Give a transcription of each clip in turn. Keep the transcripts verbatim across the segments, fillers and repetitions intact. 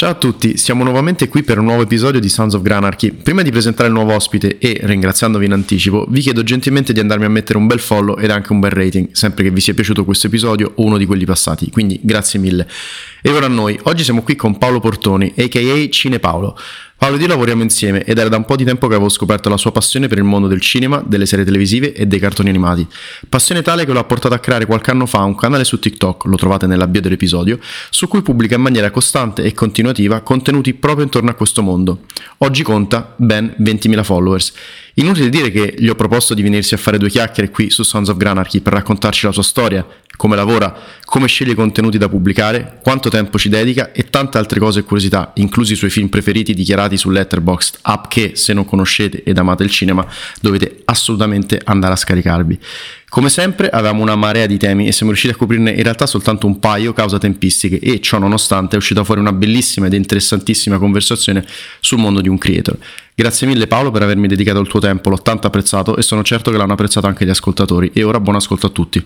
Ciao a tutti, siamo nuovamente qui per un nuovo episodio di Sons of Granarchy. Prima di presentare il nuovo ospite e ringraziandovi in anticipo, vi chiedo gentilmente di andarmi a mettere un bel follow ed anche un bel rating, sempre che vi sia piaciuto questo episodio o uno di quelli passati, quindi grazie mille. E ora a noi, oggi siamo qui con Paolo Portoni, a k a. Cine Paolo. Paolo ed io lavoriamo insieme ed era da un po' di tempo che avevo scoperto la sua passione per il mondo del cinema, delle serie televisive e dei cartoni animati. Passione tale che lo ha portato a creare qualche anno fa un canale su TikTok, lo trovate nella bio dell'episodio, su cui pubblica in maniera costante e continuativa contenuti proprio intorno a questo mondo. Oggi conta ben ventimila followers. Inutile dire che gli ho proposto di venirsi a fare due chiacchiere qui su Sons of Granarchy per raccontarci la sua storia, come lavora, come sceglie i contenuti da pubblicare, quanto tempo ci dedica e tante altre cose e curiosità, inclusi i suoi film preferiti dichiarati su Letterboxd, app che, se non conoscete ed amate il cinema, dovete assolutamente andare a scaricarvi. Come sempre avevamo una marea di temi e siamo riusciti a coprirne in realtà soltanto un paio causa tempistiche e ciò nonostante è uscita fuori una bellissima ed interessantissima conversazione sul mondo di un creator. Grazie mille Paolo per avermi dedicato il tuo tempo, l'ho tanto apprezzato e sono certo che l'hanno apprezzato anche gli ascoltatori. E ora buon ascolto a tutti.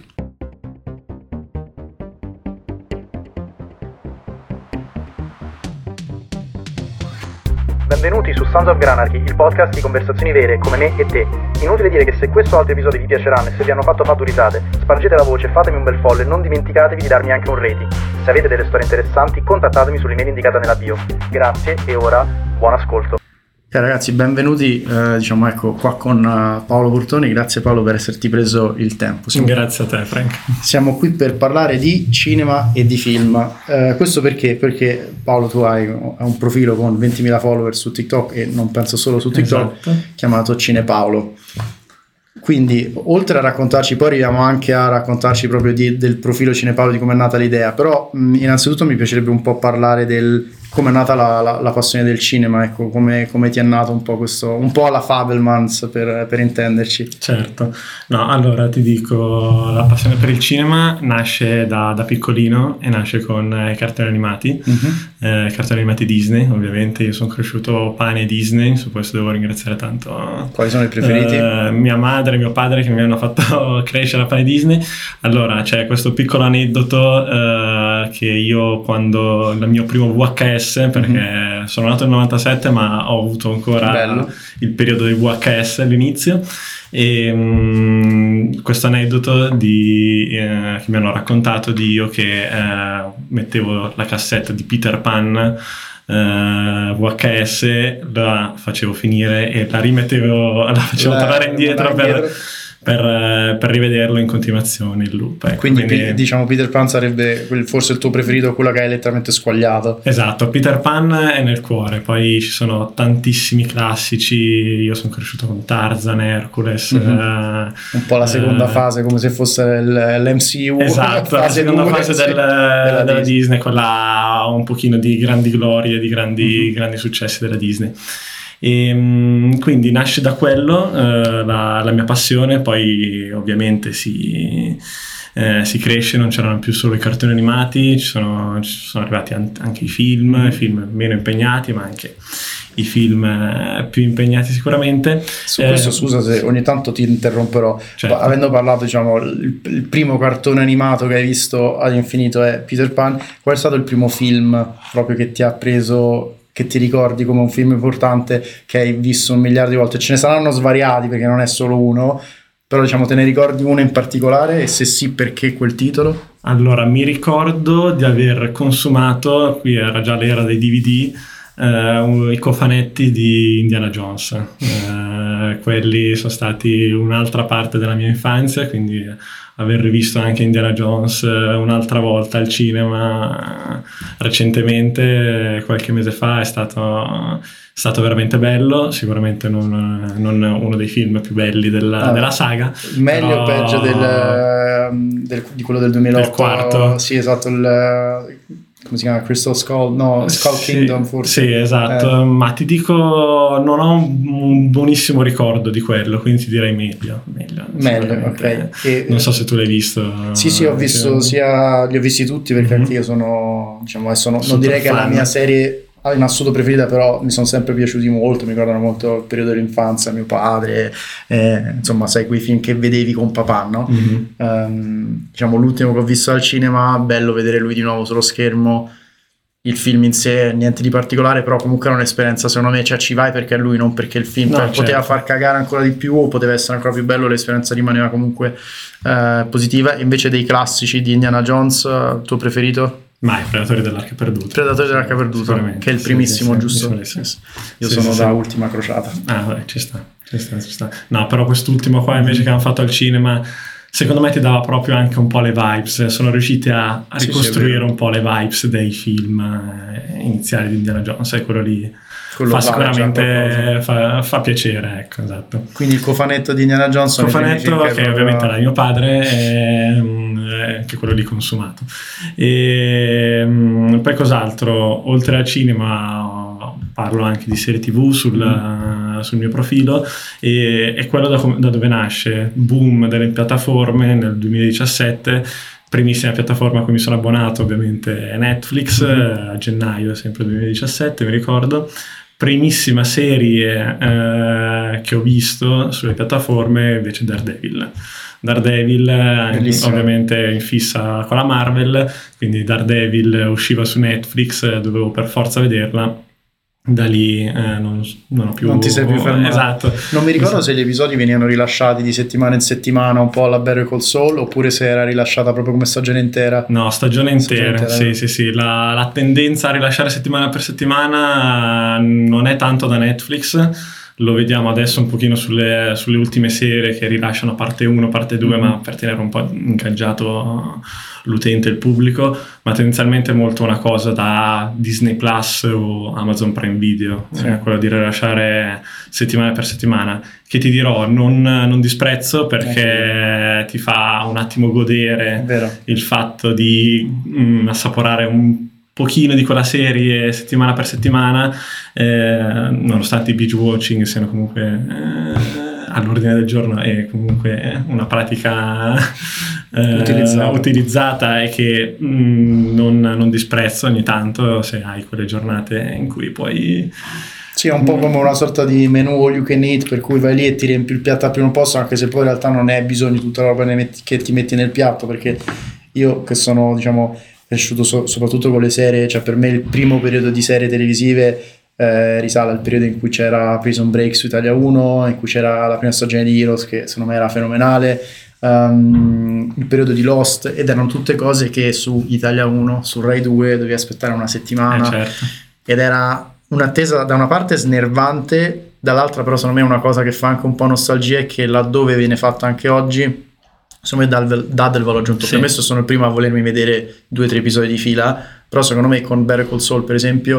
Benvenuti su Sons of Granarchy, il podcast di conversazioni vere come me e te. Inutile dire che se questo o altri episodi vi piaceranno e se vi hanno fatto fare due risate, spargete la voce, fatemi un bel follow e non dimenticatevi di darmi anche un rating. Se avete delle storie interessanti, contattatemi sull'email indicata nella bio. Grazie e ora buon ascolto. Ciao ragazzi, benvenuti eh, diciamo ecco qua con uh, Paolo Portoni. Grazie Paolo per esserti preso il tempo. Siamo, Grazie a te Frank. Siamo qui per parlare di cinema e di film. Eh, questo perché? Perché Paolo tu hai un profilo con ventimila follower su TikTok e non penso solo su TikTok, esatto, chiamato Cine Paolo. Quindi oltre a raccontarci, poi arriviamo anche a raccontarci proprio di, del profilo Cine Paolo, di come è nata l'idea, però mh, innanzitutto mi piacerebbe un po' parlare del come è nata la, la, la passione del cinema, ecco, come, come ti è nato un po' questo, un po' alla Fabelmans per, per intenderci. Certo, no, allora ti dico, la passione per il cinema nasce da, da piccolino e nasce con i eh, cartoni animati, uh-huh. eh, cartoni animati Disney, ovviamente. Io sono cresciuto pane Disney, su questo devo ringraziare tanto. Quali sono i preferiti? Eh, mia madre e mio padre che mi hanno fatto crescere a pane Disney. Allora c'è questo piccolo aneddoto eh, che io quando il mio primo V H S, perché mm-hmm. sono nato nel novantasette ma ho avuto ancora Bello. il periodo dei V H S all'inizio e um, questo aneddoto di, eh, che mi hanno raccontato di io che eh, mettevo la cassetta di Peter Pan eh, V H S, la facevo finire e la rimettevo, la facevo la, tornare indietro per Per, per rivederlo in continuazione in loop, ecco. quindi, quindi diciamo Peter Pan sarebbe forse il tuo preferito, quello che hai letteralmente squagliato. Esatto, Peter Pan è nel cuore, poi ci sono tantissimi classici, io sono cresciuto con Tarzan, Hercules, mm-hmm. eh, un po' la seconda eh, fase come se fosse l'M C U, esatto, la seconda due, fase del, della, della Disney. Disney, quella un pochino di grandi glorie, di grandi, mm-hmm. grandi successi della Disney. E quindi nasce da quello eh, la, la mia passione. Poi ovviamente si, eh, si cresce, non c'erano più solo i cartoni animati, ci sono, ci sono arrivati anche i film, i film meno impegnati ma anche i film eh, più impegnati sicuramente. Su questo eh, scusa se ogni tanto ti interromperò, certo. Avendo parlato diciamo il, il primo cartone animato che hai visto all'infinito è Peter Pan, qual è stato il primo film proprio che ti ha preso, che ti ricordi come un film importante che hai visto un miliardo di volte? Ce ne saranno svariati perché non è solo uno, però diciamo te ne ricordi uno in particolare e se sì perché quel titolo? Allora mi ricordo di aver consumato, qui era già l'era dei D V D, eh, i cofanetti di Indiana Jones, eh, quelli sono stati un'altra parte della mia infanzia, quindi aver rivisto anche Indiana Jones un'altra volta al cinema recentemente, qualche mese fa, è stato, è stato veramente bello. Sicuramente non, non uno dei film più belli della, ah, della saga. Meglio o peggio del, del, di quello del duemilaotto? Del quarto. Sì, esatto, il... come si chiama? Crystal Skull? No, Skull sì, Kingdom forse. Sì, esatto, eh. ma ti dico, non ho un, un buonissimo ricordo di quello, quindi ti direi meglio. Meglio, meglio ok. E, non so se tu l'hai visto. Sì, sì, ho visto, sia, li ho visti tutti perché mm-hmm. anche io sono, diciamo, adesso no, non direi che fan. È la mia serie in assoluto preferita, però mi sono sempre piaciuti molto, mi ricordano molto il periodo dell'infanzia, mio padre, eh, insomma sai quei film che vedevi con papà, no? Mm-hmm. Um, diciamo l'ultimo che ho visto al cinema, bello vedere lui di nuovo sullo schermo, il film in sé niente di particolare, però comunque era un'esperienza, secondo me, cioè ci vai perché è lui, non perché il film no, cioè, certo. poteva far cagare ancora di più o poteva essere ancora più bello, l'esperienza rimaneva comunque eh, positiva. Invece dei classici di Indiana Jones, il tuo preferito? Ma i Predatori dell'Arca Perduta. Predatori dell'Arca Perduta, che è il primissimo, sì, sì, giusto? Sì, sì. Io sì, sono sì, da sì. Ultima Crociata. Ah, vabbè, ci sta, ci sta, ci sta. No, però quest'ultimo qua invece che hanno fatto al cinema, secondo me ti dava proprio anche un po' le vibes, sono riusciti a, a ricostruire sì, sì, un po' le vibes dei film eh, iniziali di Indiana Jones, e quello lì quello fa sicuramente fa, fa piacere, ecco, esatto. Quindi il cofanetto di Indiana Jones, il cofanetto che, che ovviamente era mio padre, è, è anche quello lì consumato. E poi cos'altro, oltre al cinema parlo anche di serie tv sul, mm. sul mio profilo, e è quello da, da dove nasce boom delle piattaforme nel duemiladiciassette. Primissima piattaforma a cui mi sono abbonato ovviamente è Netflix, mm-hmm. a gennaio sempre duemiladiciassette mi ricordo. Primissima serie eh, che ho visto sulle piattaforme invece Daredevil. Daredevil eh, ovviamente in fissa con la Marvel, quindi Daredevil usciva su Netflix, dovevo per forza vederla. Da lì eh, non, non ho più non ti sei più fermato. Esatto. Non mi ricordo esatto. se gli episodi venivano rilasciati di settimana in settimana un po' alla Better Call Saul, oppure se era rilasciata proprio come stagione intera. No, stagione intera, stagione intera. sì sì sì la, la tendenza a rilasciare settimana per settimana non è tanto da Netflix. Lo vediamo adesso un pochino sulle, sulle ultime serie che rilasciano parte uno, parte due, mm-hmm. ma per tenere un po' ingaggiato l'utente, il pubblico, ma tendenzialmente è molto una cosa da Disney Plus o Amazon Prime Video, sì. eh, quello di rilasciare settimana per settimana, che ti dirò non, non disprezzo perché eh, ti fa un attimo godere il fatto di mh, assaporare un pochino di quella serie settimana per settimana, eh, nonostante i binge watching siano comunque eh, all'ordine del giorno e comunque una pratica eh, utilizzata. utilizzata e che mh, non, non disprezzo ogni tanto se hai quelle giornate in cui puoi... Sì, è un po' come una sorta di menù all you can eat, per cui vai lì e ti riempi il piatto al primo posto, anche se poi in realtà non è bisogno di tutta la roba che ti metti nel piatto, perché io che sono, diciamo, cresciuto so- soprattutto con le serie, cioè per me il primo periodo di serie televisive eh, risale al periodo in cui c'era Prison Break su Italia uno, in cui c'era la prima stagione di Heroes che secondo me era fenomenale, um, il periodo di Lost, ed erano tutte cose che su Italia uno, su Rai due dovevi aspettare una settimana, eh certo. ed era un'attesa da una parte snervante, dall'altra però secondo me una cosa che fa anche un po' nostalgia è che laddove viene fatta anche oggi secondo me dà, dà del valore aggiunto. Sì. Per me sono il primo a volermi vedere due o tre episodi di fila, però secondo me con Better Call Saul per esempio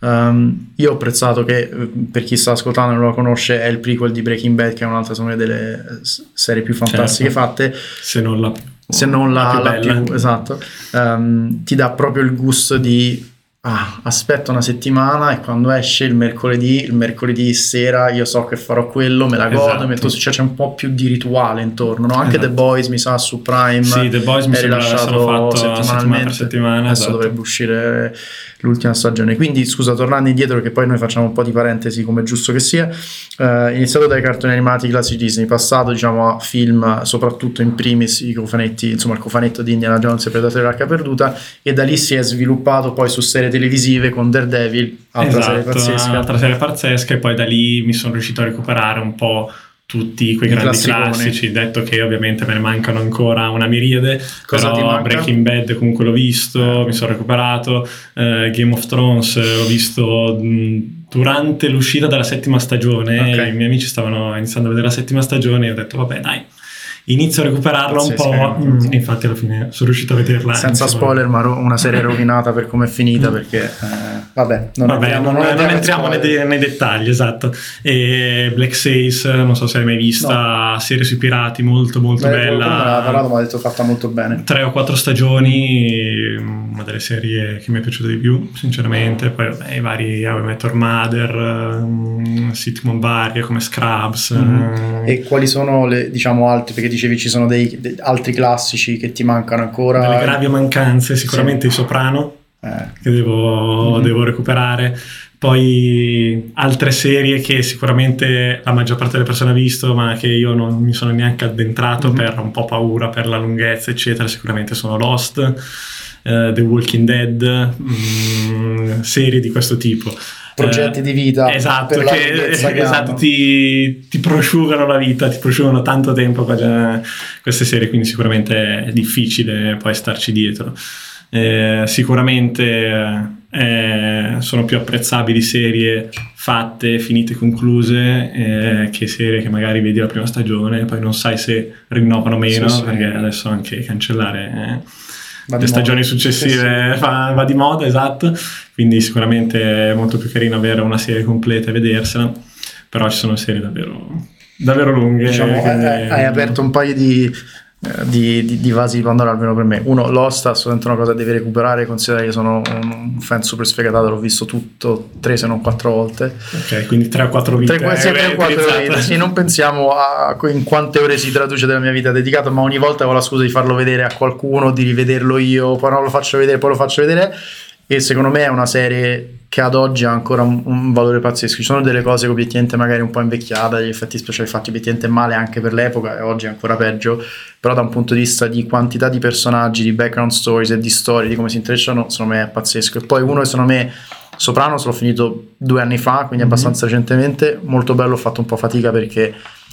um, io ho apprezzato che, per chi sta ascoltando e non lo conosce, è il prequel di Breaking Bad, che è un'altra secondo me delle serie più fantastiche, certo. fatte, se non la, se non la, la, più, la bella. più esatto, um, ti dà proprio il gusto di ah, aspetto una settimana e quando esce il mercoledì, il mercoledì sera io so che farò quello, me la godo, esatto. metto, cioè c'è un po' più di rituale intorno, no? Anche esatto. The Boys mi sa su Prime, sì, The Boys mi è rilasciato fatto settimanalmente, settimana, adesso esatto. dovrebbe uscire l'ultima stagione. Quindi scusa, tornando indietro, che poi noi facciamo un po' di parentesi come è giusto che sia, eh, iniziato dai cartoni animati classici Disney, passato diciamo a film, soprattutto in primis i cofanetti, insomma il cofanetto di Indiana Jones e Predatori dell'Arca Perduta, e da lì si è sviluppato poi su serie televisive con Daredevil, altra esatto, serie pazzesca, altra serie pazzesca, e poi da lì mi sono riuscito a recuperare un po' tutti quei grandi classiconi. classici, detto che ovviamente me ne mancano ancora una miriade. Cosa però Breaking Bad comunque l'ho visto, mi sono recuperato, uh, Game of Thrones l'ho visto mh, durante l'uscita della settima stagione, okay. I miei amici stavano iniziando a vedere la settima stagione e ho detto vabbè dai, inizio a recuperarla un po', mm, infatti alla fine sono riuscito a vederla senza spoiler, ma una serie rovinata per come è finita, perché eh, vabbè non vabbè, entriamo, non, non non entriamo nei, de- nei dettagli, esatto. E Black Sails, non so se hai mai vista, no. Serie sui pirati molto molto Beh, bella, me l'ha parlato, ma ha detto fatta molto bene, tre o quattro stagioni, una delle serie che mi è piaciuta di più sinceramente. Poi vabbè, i vari How I Met Your Mother, um, sitcom varie come Scrubs, mm-hmm. uh, e quali sono le, diciamo, altri, perché dicevi ci sono dei, dei altri classici che ti mancano ancora? Delle gravi mancanze, sicuramente sì. I Soprano, eh. che devo, mm-hmm. devo recuperare. Poi altre serie che sicuramente la maggior parte delle persone ha visto, ma che io non mi sono neanche addentrato, mm-hmm. per un po' paura per la lunghezza eccetera, sicuramente sono Lost, uh, The Walking Dead, mh, serie di questo tipo. Progetti eh, di vita, esatto, per la che, lunghezza che esatto hanno. ti, ti prosciugano la vita, ti prosciugano tanto tempo queste serie, quindi sicuramente è difficile poi starci dietro. Eh, sicuramente eh, sono più apprezzabili serie fatte, finite, concluse, eh, che serie che magari vedi la prima stagione e poi non sai se rinnovano o meno, sì, sì. perché adesso anche cancellare eh, Va le di stagioni moda. successive Sì, sì. va, va di moda, esatto, quindi sicuramente è molto più carino avere una serie completa e vedersela, però ci sono serie davvero davvero lunghe. Diciamo, quindi... hai, hai aperto un paio di, eh, di, di, di vasi di Pandora, almeno per me. Uno, Lost, assolutamente una cosa che devi recuperare, considera che io sono un fan super sfegatato, l'ho visto tutto tre se non quattro volte. Ok, quindi tre o quattro vite. Tre, sì, tre o quattro vite. Sì, non pensiamo a in quante ore si traduce della mia vita dedicata, ma ogni volta ho la scusa di farlo vedere a qualcuno, di rivederlo io, poi non lo faccio vedere, poi lo faccio vedere. E secondo me è una serie che ad oggi ha ancora un, un valore pazzesco. Ci sono delle cose che obiettivamente magari un po' invecchiate, gli effetti speciali fatti obiettivamente male anche per l'epoca, e oggi è ancora peggio, però da un punto di vista di quantità di personaggi, di background stories e di storie, di come si intrecciano, secondo me è pazzesco. E poi uno che secondo me, Sopranos, l'ho finito due anni fa, quindi Mm-hmm. abbastanza recentemente, molto bello, ho fatto un po' fatica perché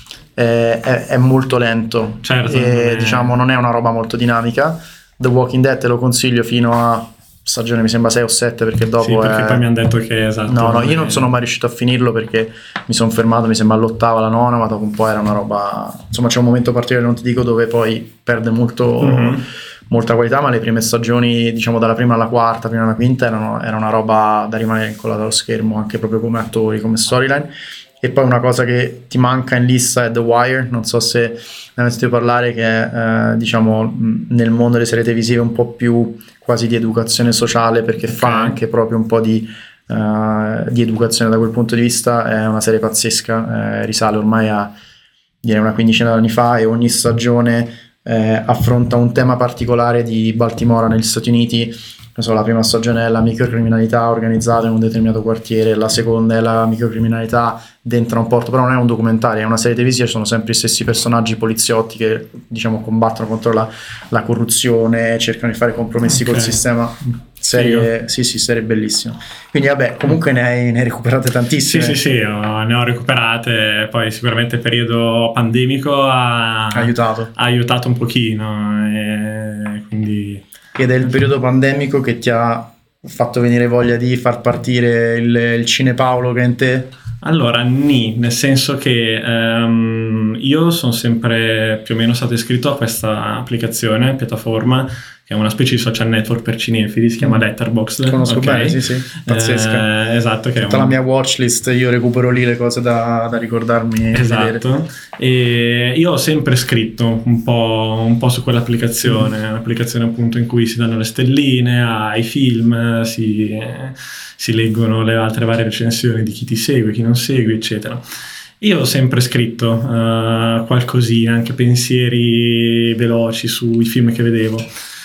è, è, è molto lento, Certo, e non è- diciamo non è una roba molto dinamica. The Walking Dead te lo consiglio fino a stagione mi sembra sei o sette, perché dopo Sì, perché è... poi mi hanno detto che esatto. no no io non è- sono mai riuscito a finirlo perché mi sono fermato, mi sembra all'ottava, la nona, ma dopo un po' era una roba, insomma c'è un momento particolare, non ti dico, dove poi perde molto Mhm. molta qualità, ma le prime stagioni, diciamo dalla prima alla quarta, prima alla quinta, erano, era una roba da rimanere incollata allo schermo, anche proprio come attori, come storyline. E poi una cosa che ti manca in lista è The Wire, non so se ne avete sentito parlare, che è eh, diciamo mh, nel mondo delle serie televisive un po' più quasi di educazione sociale, perché Ok. fa anche proprio un po' di, eh, di educazione da quel punto di vista. È una serie pazzesca, eh, risale ormai a direi una quindicina di anni fa, e ogni stagione eh, affronta un tema particolare di Baltimora negli Stati Uniti. Non so, la prima stagione è la microcriminalità organizzata in un determinato quartiere, la seconda è la microcriminalità dentro un porto, però non è un documentario, è una serie televisiva, sono sempre i stessi personaggi poliziotti che diciamo combattono contro la, la corruzione, cercano di fare compromessi Ok. col sistema. Serie, sì sì, serie bellissima. Quindi vabbè, comunque ne hai, ne hai recuperate Sì, tantissime. sì, sì, ho- ne ho recuperate, poi sicuramente il periodo pandemico ha, Ha aiutato. ha aiutato un pochino, e quindi... Ed è il periodo pandemico che ti ha fatto venire voglia di far partire il, il Cinepaolo che è in te? Allora, nì, nel senso che ehm, io sono sempre più o meno stato iscritto a questa applicazione, piattaforma, che è una specie di social network per cinefili, si chiama Letterboxd. Conosco ok? bene, sì sì, pazzesca. Eh, esatto, che è Tutta un- la mia watchlist, io recupero lì le cose da, da ricordarmi e vedere. Esatto, e io ho sempre scritto un po', un po' su quell'applicazione, Mm. un'applicazione appunto in cui si danno le stelline ai film, si, eh, si leggono le altre varie recensioni di chi ti segue, chi non segue, eccetera. Io ho sempre scritto eh, qualcosina, anche pensieri veloci sui film che vedevo.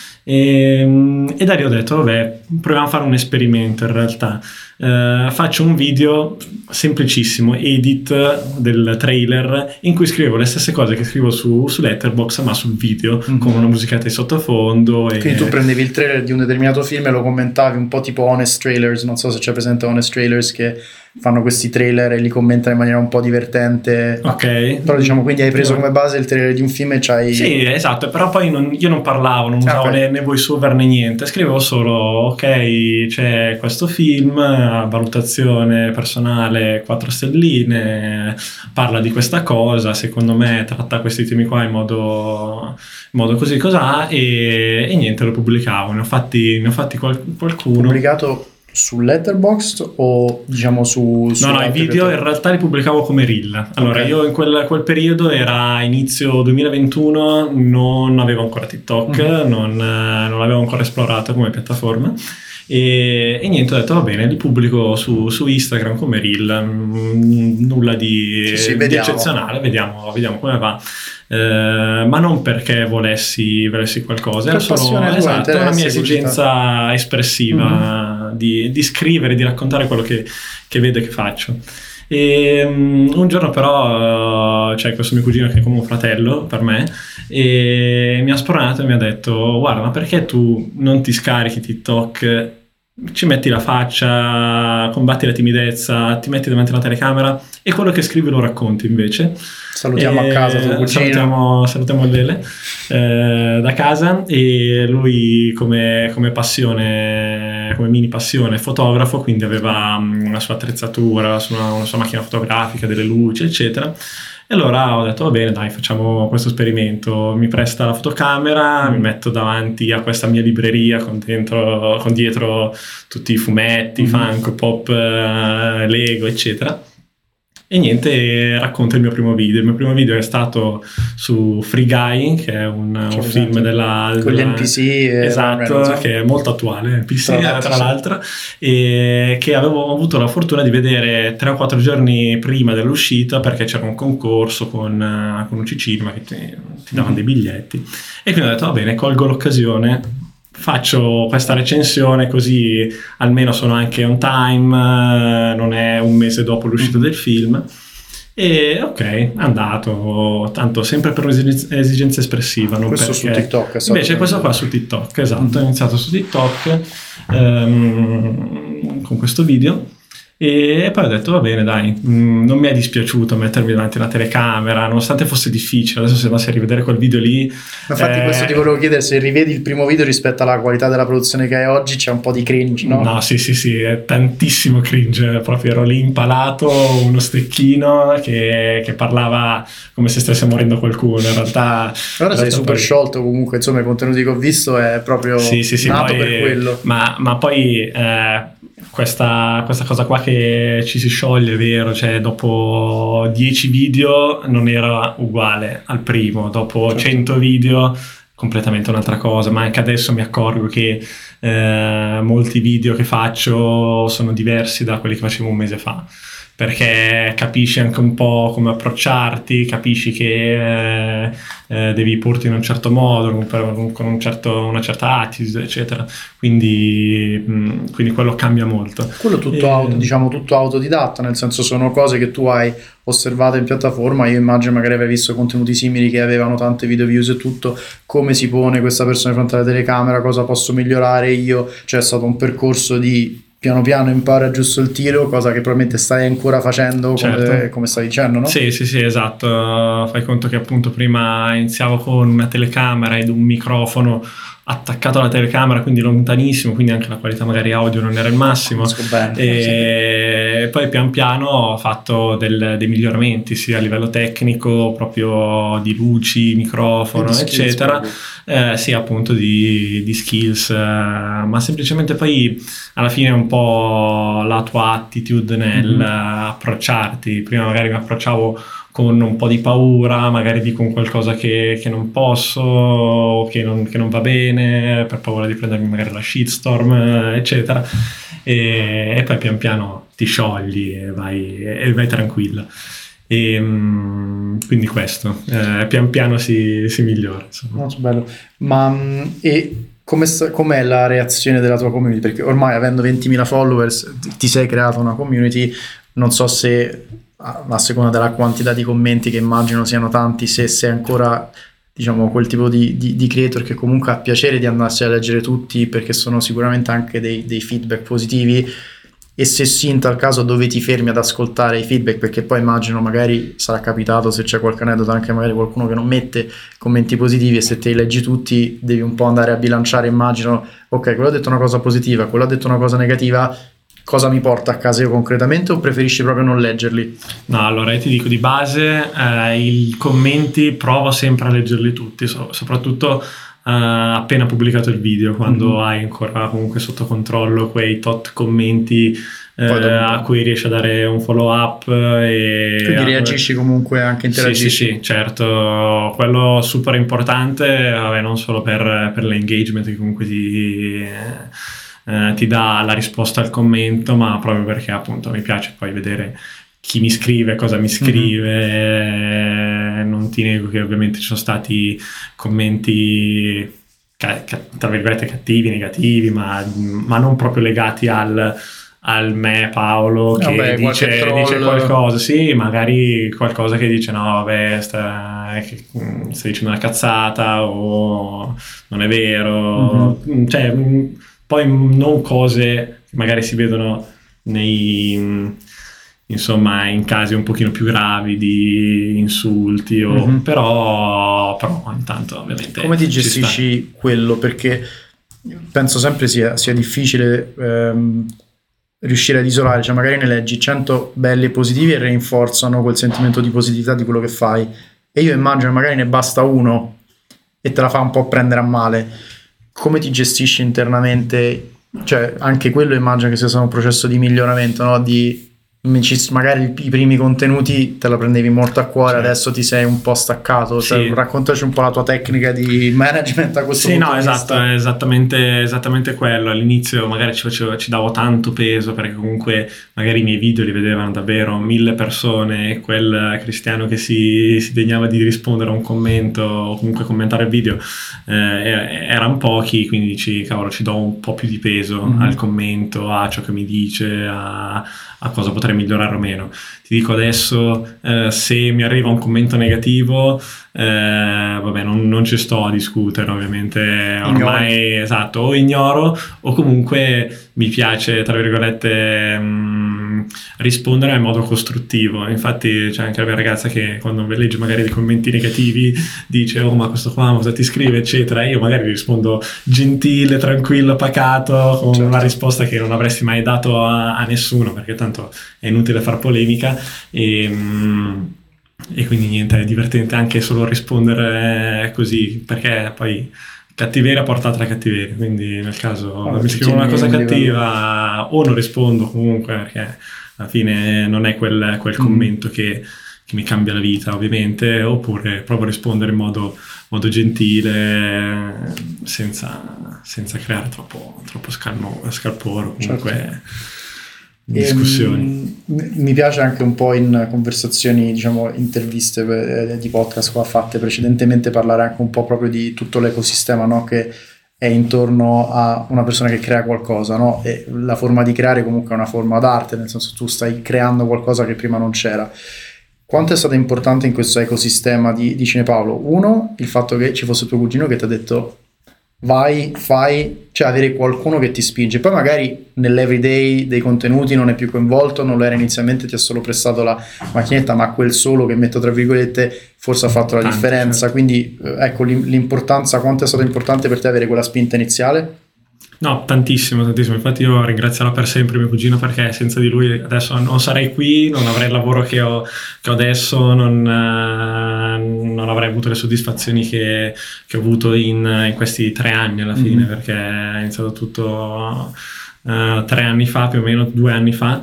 E, e da lì ho detto, vabbè, proviamo a fare un esperimento in realtà. Eh, faccio un video semplicissimo, edit del trailer, in cui scrivevo le stesse cose che scrivo su, su Letterboxd, ma sul video, Mhm. con una musicata di sottofondo. E... Quindi tu prendevi il trailer di un determinato film e lo commentavi un po' tipo Honest Trailers, non so se c'è presente Honest Trailers, che fanno questi trailer e li commentano in maniera un po' divertente. Ok. Però diciamo, quindi hai preso come base il trailer di un film e c'hai... Sì, esatto, però poi non- io non parlavo, non usavo Ok. né, né voiceover né niente, scrivevo solo, ok, c'è questo film, valutazione personale quattro stelline, parla di questa cosa, secondo me tratta questi temi qua in modo, in modo così cos'ha, e, e niente, lo pubblicavo, ne ho fatti, ne ho fatti qual- qualcuno. Pubblicato su Letterboxd o diciamo su... su No, no, i altre video in piattaforme? realtà li pubblicavo come reel. Allora, Ok. io in quel, quel periodo era inizio duemilaventuno, non avevo ancora TikTok, Mm. non, eh, non l'avevo ancora esplorato come piattaforma. E, e niente, ho detto va bene, li pubblico su, su Instagram come reel, mm, nulla di, Sì, sì, di vediamo. eccezionale, vediamo, vediamo come va. Eh, ma non perché volessi, volessi qualcosa, era Per solo passione tua, esatto, una mia interesse, esigenza espressiva Mm-hmm. di, di scrivere, di raccontare quello che, che vedo e che faccio. E um, un giorno però c'è questo mio cugino che è come un fratello per me e mi ha spronato e mi ha detto: guarda, ma perché tu non ti scarichi TikTok, ci metti la faccia, combatti la timidezza, ti metti davanti alla telecamera e quello che scrivi lo racconti invece. Salutiamo e a casa tuo cugino. Salutiamo, salutiamo Lele eh, da casa. E lui come, come passione, come mini passione, fotografo, quindi aveva una sua attrezzatura, una sua, una sua macchina fotografica, delle luci eccetera. E allora ho detto: va bene, dai, facciamo questo esperimento. Mi presta la fotocamera, mm. mi metto davanti a questa mia libreria con, dentro, con dietro tutti i fumetti, mm. Funko Pop, Lego eccetera. E niente, racconto il mio primo video. Il mio primo video è stato su Free Guy, che è un, un esatto. film della, con della, gli N P C esatto, so. Che è molto attuale, N P C tra l'altro, tra l'altro e che avevo avuto la fortuna di vedere tre o quattro giorni prima dell'uscita, perché c'era un concorso con, con U C Cinema che ti, ti davano dei biglietti, e quindi ho detto: va bene, colgo l'occasione, faccio questa recensione così almeno sono anche on time, non è un mese dopo l'uscita del film. E ok, è andato, tanto sempre per un'esigenza espressiva, non questo perché... su TikTok invece questo qua su TikTok, esatto, ho iniziato su TikTok um, con questo video. E poi ho detto: va bene, dai, mh, non mi è dispiaciuto mettermi davanti a una telecamera, nonostante fosse difficile. Adesso se andassi a rivedere quel video lì, ma infatti eh... questo ti volevo chiedere, se rivedi il primo video rispetto alla qualità della produzione che hai oggi, c'è un po' di cringe, no? No, sì sì sì, è tantissimo cringe, proprio ero lì impalato, uno stecchino che, che parlava come se stesse morendo qualcuno, in realtà ora sei super poi... sciolto comunque, insomma i contenuti che ho visto è proprio sì, sì, sì, nato poi, per quello, ma, ma poi eh, questa, questa cosa qua che ci si scioglie, è vero, cioè dopo dieci video non era uguale al primo, dopo certo. cento video completamente un'altra cosa, ma anche adesso mi accorgo che eh, molti video che faccio sono diversi da quelli che facevo un mese fa, perché capisci anche un po' come approcciarti, capisci che eh, eh, devi porti in un certo modo, con, con un certo, una certa attitude, eccetera. Quindi, mh, quindi quello cambia molto. Quello tutto, e... auto, diciamo, tutto autodidatta, nel senso sono cose che tu hai osservato in piattaforma. Io immagino magari avrei visto contenuti simili che avevano tante video views e tutto, come si pone questa persona di fronte alla telecamera, cosa posso migliorare io, cioè è stato un percorso di... piano piano impara giusto il tiro, cosa che probabilmente stai ancora facendo, come, certo. come stai dicendo, no? Sì, sì, sì, esatto. Fai conto che appunto prima iniziavo con una telecamera ed un microfono attaccato alla telecamera, quindi lontanissimo, quindi anche la qualità magari audio non era il massimo. Bene, e sì. Poi pian piano ho fatto del, dei miglioramenti sia a livello tecnico, proprio di luci, microfono, di eccetera, eh, sì, appunto di, di skills, eh, ma semplicemente poi alla fine è un po' la tua attitude nel mm-hmm. approcciarti. Prima magari mi approcciavo con un po' di paura, magari dico qualcosa che, che non posso o che non, che non va bene, per paura di prendermi magari la shitstorm, eccetera, e, e poi pian piano ti sciogli e vai, e vai tranquillo. E, quindi questo, eh, pian piano si, si migliora. Molto bello. Ma e come sta, com'è la reazione della tua community? Perché ormai avendo ventimila followers ti sei creato una community, non so se... a seconda della quantità di commenti, che immagino siano tanti, se sei ancora diciamo quel tipo di, di, di creator che comunque ha piacere di andarsi a leggere tutti, perché sono sicuramente anche dei, dei feedback positivi, e se sì, in tal caso dove ti fermi ad ascoltare i feedback, perché poi immagino magari sarà capitato, se c'è qualche aneddoto, anche magari qualcuno che non mette commenti positivi, e se te li leggi tutti devi un po' andare a bilanciare, immagino, ok, quello ha detto una cosa positiva, quello ha detto una cosa negativa, cosa mi porta a casa io concretamente, o preferisci proprio non leggerli? No, allora io ti dico di base eh, i commenti provo sempre a leggerli tutti, so, soprattutto eh, appena pubblicato il video, quando mm-hmm. hai ancora comunque sotto controllo quei tot commenti eh, a cui riesci a dare un follow up, e quindi reagisci comunque, anche interagisci. Sì, sì, sì, certo, quello super importante, vabbè, non solo per, per l'engagement che comunque ti... Eh, Eh, ti dà la risposta al commento, ma proprio perché appunto mi piace poi vedere chi mi scrive, cosa mi scrive. Mm-hmm. Non ti nego che ovviamente ci sono stati commenti ca- ca- tra virgolette cattivi, negativi, ma, ma non proprio legati al, al me Paolo che Vabbè, dice, dice qualcosa, sì, magari qualcosa che dice no vabbè sta, che, stai dicendo una cazzata o non è vero, mm-hmm. cioè poi non cose che magari si vedono nei, insomma, in casi un pochino più gravi di insulti o, mm-hmm. però, però intanto ovviamente come ti gestisci quello, perché penso sempre sia, sia difficile ehm, riuscire ad isolare, cioè magari ne leggi cento belli e positivi e rinforzano quel sentimento di positività di quello che fai, e io immagino magari ne basta uno e te la fa un po' prendere a male. Come ti gestisci internamente? Cioè anche quello immagino che sia stato un processo di miglioramento, no? Di magari i primi contenuti te la prendevi molto a cuore, sì. Adesso ti sei un po' staccato, sì. Cioè, raccontaci un po' la tua tecnica di management a questo sì, punto no, di esatto, vista. È esattamente, esattamente quello. All'inizio magari ci, facevo, ci davo tanto peso perché comunque magari i miei video li vedevano davvero mille persone e quel cristiano che si, si degnava di rispondere a un commento o comunque commentare il video eh, erano pochi, quindi dici cavolo, ci do un po' più di peso mm-hmm. al commento, a ciò che mi dice, a, a cosa potrei migliorare o meno. Ti dico adesso eh, se mi arriva un commento negativo eh, vabbè non, non ci sto a discutere, ovviamente ormai ignoro. Esatto, o ignoro o comunque mi piace tra virgolette mh, rispondere in modo costruttivo. Infatti c'è anche la mia ragazza che quando legge magari dei commenti negativi dice oh ma questo qua cosa ti scrive eccetera, e io magari rispondo gentile, tranquillo, pacato con certo. una risposta che non avresti mai dato a, a nessuno, perché tanto è inutile far polemica e, mh, e quindi niente, è divertente anche solo rispondere così, perché poi cattiveria porta altra cattiveria, quindi nel caso oh, mi scrivo una cosa cattiva o non rispondo comunque, perché alla fine non è quel, quel mm. commento che, che mi cambia la vita ovviamente, oppure provo a rispondere in modo, modo gentile senza, senza creare troppo, troppo scalno, scalpore comunque certo. discussioni. E, mi piace anche un po' in conversazioni, diciamo interviste di podcast qua fatte precedentemente, parlare anche un po' proprio di tutto l'ecosistema, no? Che è intorno a una persona che crea qualcosa, no? E la forma di creare comunque è una forma d'arte, nel senso tu stai creando qualcosa che prima non c'era. Quanto è stato importante in questo ecosistema di, di Cinepaolo? Uno, il fatto che ci fosse tuo cugino che ti ha detto vai, fai, cioè avere qualcuno che ti spinge. Poi magari nell'everyday dei contenuti non è più coinvolto, non lo era inizialmente, ti ha solo prestato la macchinetta, ma quel solo che metto tra virgolette forse ha fatto la Tanti, differenza, certo. Quindi ecco l'importanza, quanto è stato importante per te avere quella spinta iniziale? No, tantissimo, tantissimo. Infatti io ringrazierò per sempre mio cugino, perché senza di lui adesso non sarei qui, non avrei il lavoro che ho, che ho adesso, non, eh, non avrei avuto le soddisfazioni che, che ho avuto in, in questi tre anni alla fine, mm-hmm. perché è iniziato tutto uh, tre anni fa, più o meno due anni fa.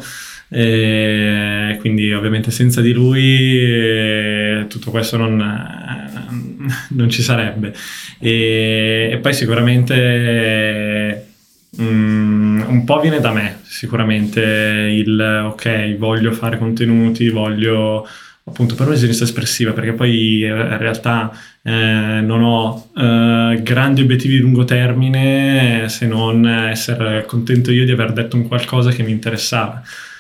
E quindi ovviamente senza di lui eh, tutto questo non, eh, non ci sarebbe, e, e poi sicuramente eh, um, un po' viene da me sicuramente il ok, voglio fare contenuti, voglio appunto per un'esigenza espressiva, perché poi in realtà eh, non ho eh, grandi obiettivi di lungo termine se non essere contento io di aver detto un qualcosa che mi interessava.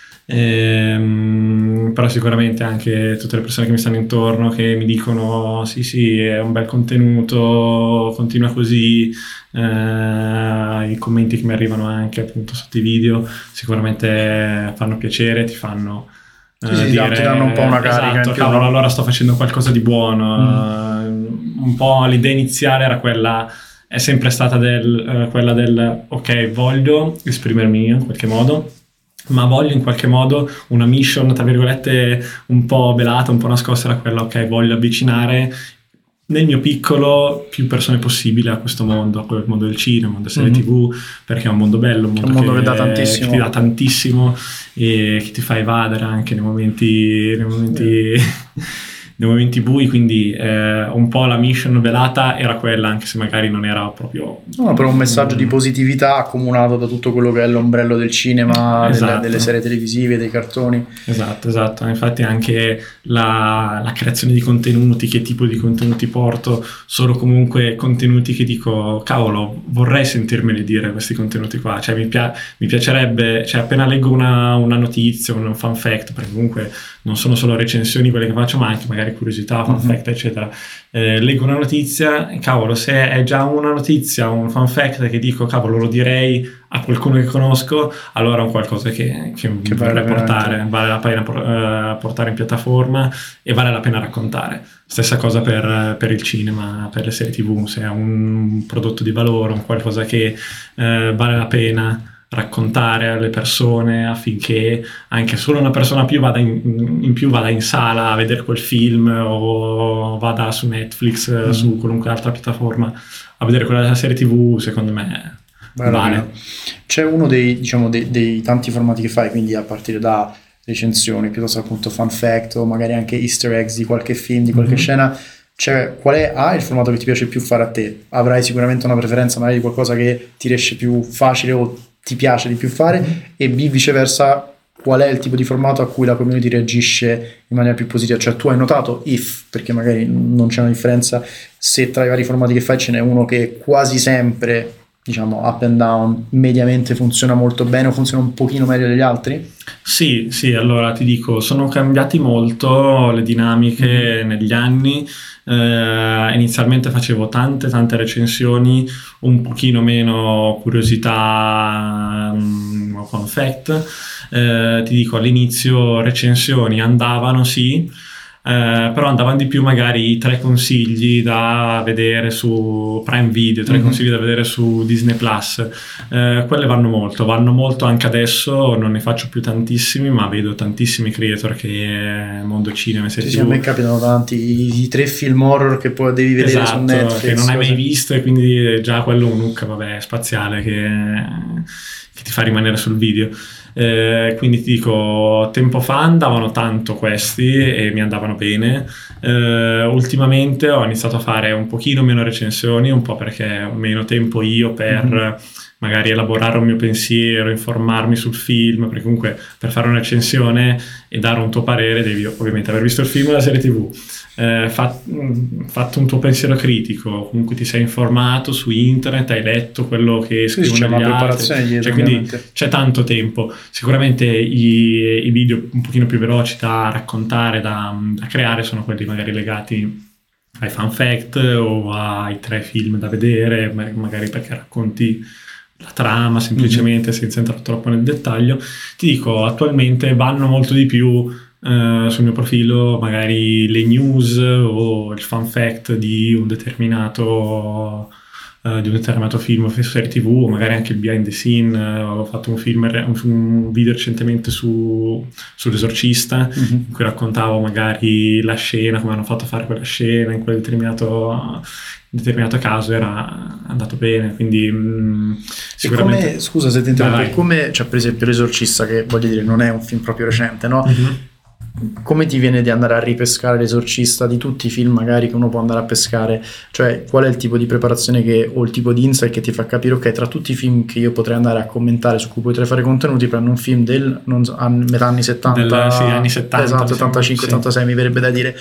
Ehm, però sicuramente anche tutte le persone che mi stanno intorno che mi dicono sì sì è un bel contenuto, continua così, eh, i commenti che mi arrivano anche appunto sotto i video sicuramente fanno piacere, ti fanno eh, sì, dire, ti danno un po' una carica esatto, in più, cavolo, no? Allora sto facendo qualcosa di buono. mm. Un po' l'idea iniziale era quella, è sempre stata del, eh, quella del ok, voglio esprimermi io in qualche modo, ma voglio in qualche modo una mission tra virgolette un po' velata, un po' nascosta, era quella ok, voglio avvicinare nel mio piccolo più persone possibile a questo mondo, a quel mondo del cinema, mondo delle serie mm-hmm. tv, perché è un mondo bello, un mondo, un mondo che, che, dà tantissimo. che ti dà tantissimo e che ti fa evadere anche nei momenti, nei momenti nei momenti bui, quindi eh, un po' la mission velata era quella, anche se magari non era proprio... No, però un messaggio di positività accomunato da tutto quello che è l'ombrello del cinema, esatto. delle, delle serie televisive, dei cartoni. Esatto, esatto. Infatti anche la, la creazione di contenuti, che tipo di contenuti porto, sono comunque contenuti che dico, cavolo, vorrei sentirmeli dire questi contenuti qua, cioè mi, pia- mi piacerebbe, cioè appena leggo una, una notizia, un fun fact, perché comunque non sono solo recensioni quelle che faccio, ma anche magari curiosità, fun mm-hmm. fact, eccetera. Eh, leggo una notizia, cavolo, se è già una notizia, un fun fact che dico, cavolo, lo direi a qualcuno che conosco, allora è un qualcosa che, che, che vale portare, vale la pena uh, portare in piattaforma e vale la pena raccontare. Stessa cosa per, per il cinema, per le serie tivù, se è un prodotto di valore, un qualcosa che uh, vale la pena raccontare alle persone affinché anche solo una persona più vada in, in più vada in sala a vedere quel film o vada su Netflix, mm. su qualunque altra piattaforma a vedere quella serie tivù, secondo me vale. vale. C'è uno dei, diciamo, dei, dei tanti formati che fai, quindi a partire da recensioni piuttosto appunto fun fact o magari anche easter eggs di qualche film, di qualche mm-hmm. scena. Cioè, qual è A, il formato che ti piace più fare a te? Avrai sicuramente una preferenza magari di qualcosa che ti riesce più facile o ti piace di più fare, mm-hmm. e B, viceversa, qual è il tipo di formato a cui la community reagisce in maniera più positiva? Cioè, tu hai notato, if, perché magari non c'è una differenza, se tra i vari formati che fai ce n'è uno che quasi sempre, diciamo, up and down, mediamente funziona molto bene o funziona un pochino meglio degli altri? Sì, sì, allora ti dico, sono cambiati molto le dinamiche mm-hmm. negli anni. Uh, inizialmente facevo tante tante recensioni, un pochino meno curiosità um, o fun fact. Uh, ti dico, all'inizio recensioni andavano, sì, uh, però andavano di più magari tre consigli da vedere su Prime Video, tre mm-hmm. consigli da vedere su Disney Plus. Uh, quelle vanno molto, vanno molto anche adesso, non ne faccio più tantissimi, ma vedo tantissimi creator che mondo cinema e serie sì, sì, a me capitano tanti i, i tre film horror che poi devi vedere esatto, su Netflix che non hai mai visto, e quindi già quello un hook, vabbè, spaziale che, che ti fa rimanere sul video. Eh, quindi ti dico, tempo fa andavano tanto questi e mi andavano bene. Eh, ultimamente ho iniziato a fare un pochino meno recensioni, un po' perché ho meno tempo io per mm-hmm. magari elaborare un mio pensiero, informarmi sul film, perché comunque per fare una recensione e dare un tuo parere devi ovviamente aver visto il film o la serie tivù, eh, fat, fatto un tuo pensiero critico, comunque ti sei informato su internet, hai letto quello che scrivono sì, gli altri, dietro, cioè, quindi c'è tanto tempo. Sicuramente i, i video un pochino più veloci da raccontare, da, da creare, sono quelli magari legati ai fun fact o ai tre film da vedere, magari perché racconti la trama semplicemente mm-hmm. senza entrare troppo nel dettaglio. Ti dico, attualmente vanno molto di più Uh, sul mio profilo magari le news o il fun fact di un determinato uh, di un determinato film o serie tivù, o magari anche il behind the scene. Uh, ho fatto un film un, un video recentemente su sull'esorcista mm-hmm. in cui raccontavo magari la scena, come hanno fatto a fare quella scena in quel determinato in determinato caso, era andato bene, quindi mh, sicuramente. Come, scusa se ti interrompo, come, cioè per esempio l'Esorcista, che voglio dire non è un film proprio recente, no? Mm-hmm. Come ti viene di andare a ripescare l'Esorcista di tutti i film magari che uno può andare a pescare? Cioè, qual è il tipo di preparazione che, o il tipo di insight che ti fa capire, ok, tra tutti i film che io potrei andare a commentare, su cui potrei fare contenuti, prendo un film del non so, an, metà anni settanta, del, sì, anni settanta, esatto, settantacinque settantasei, sì. Mi verrebbe da dire.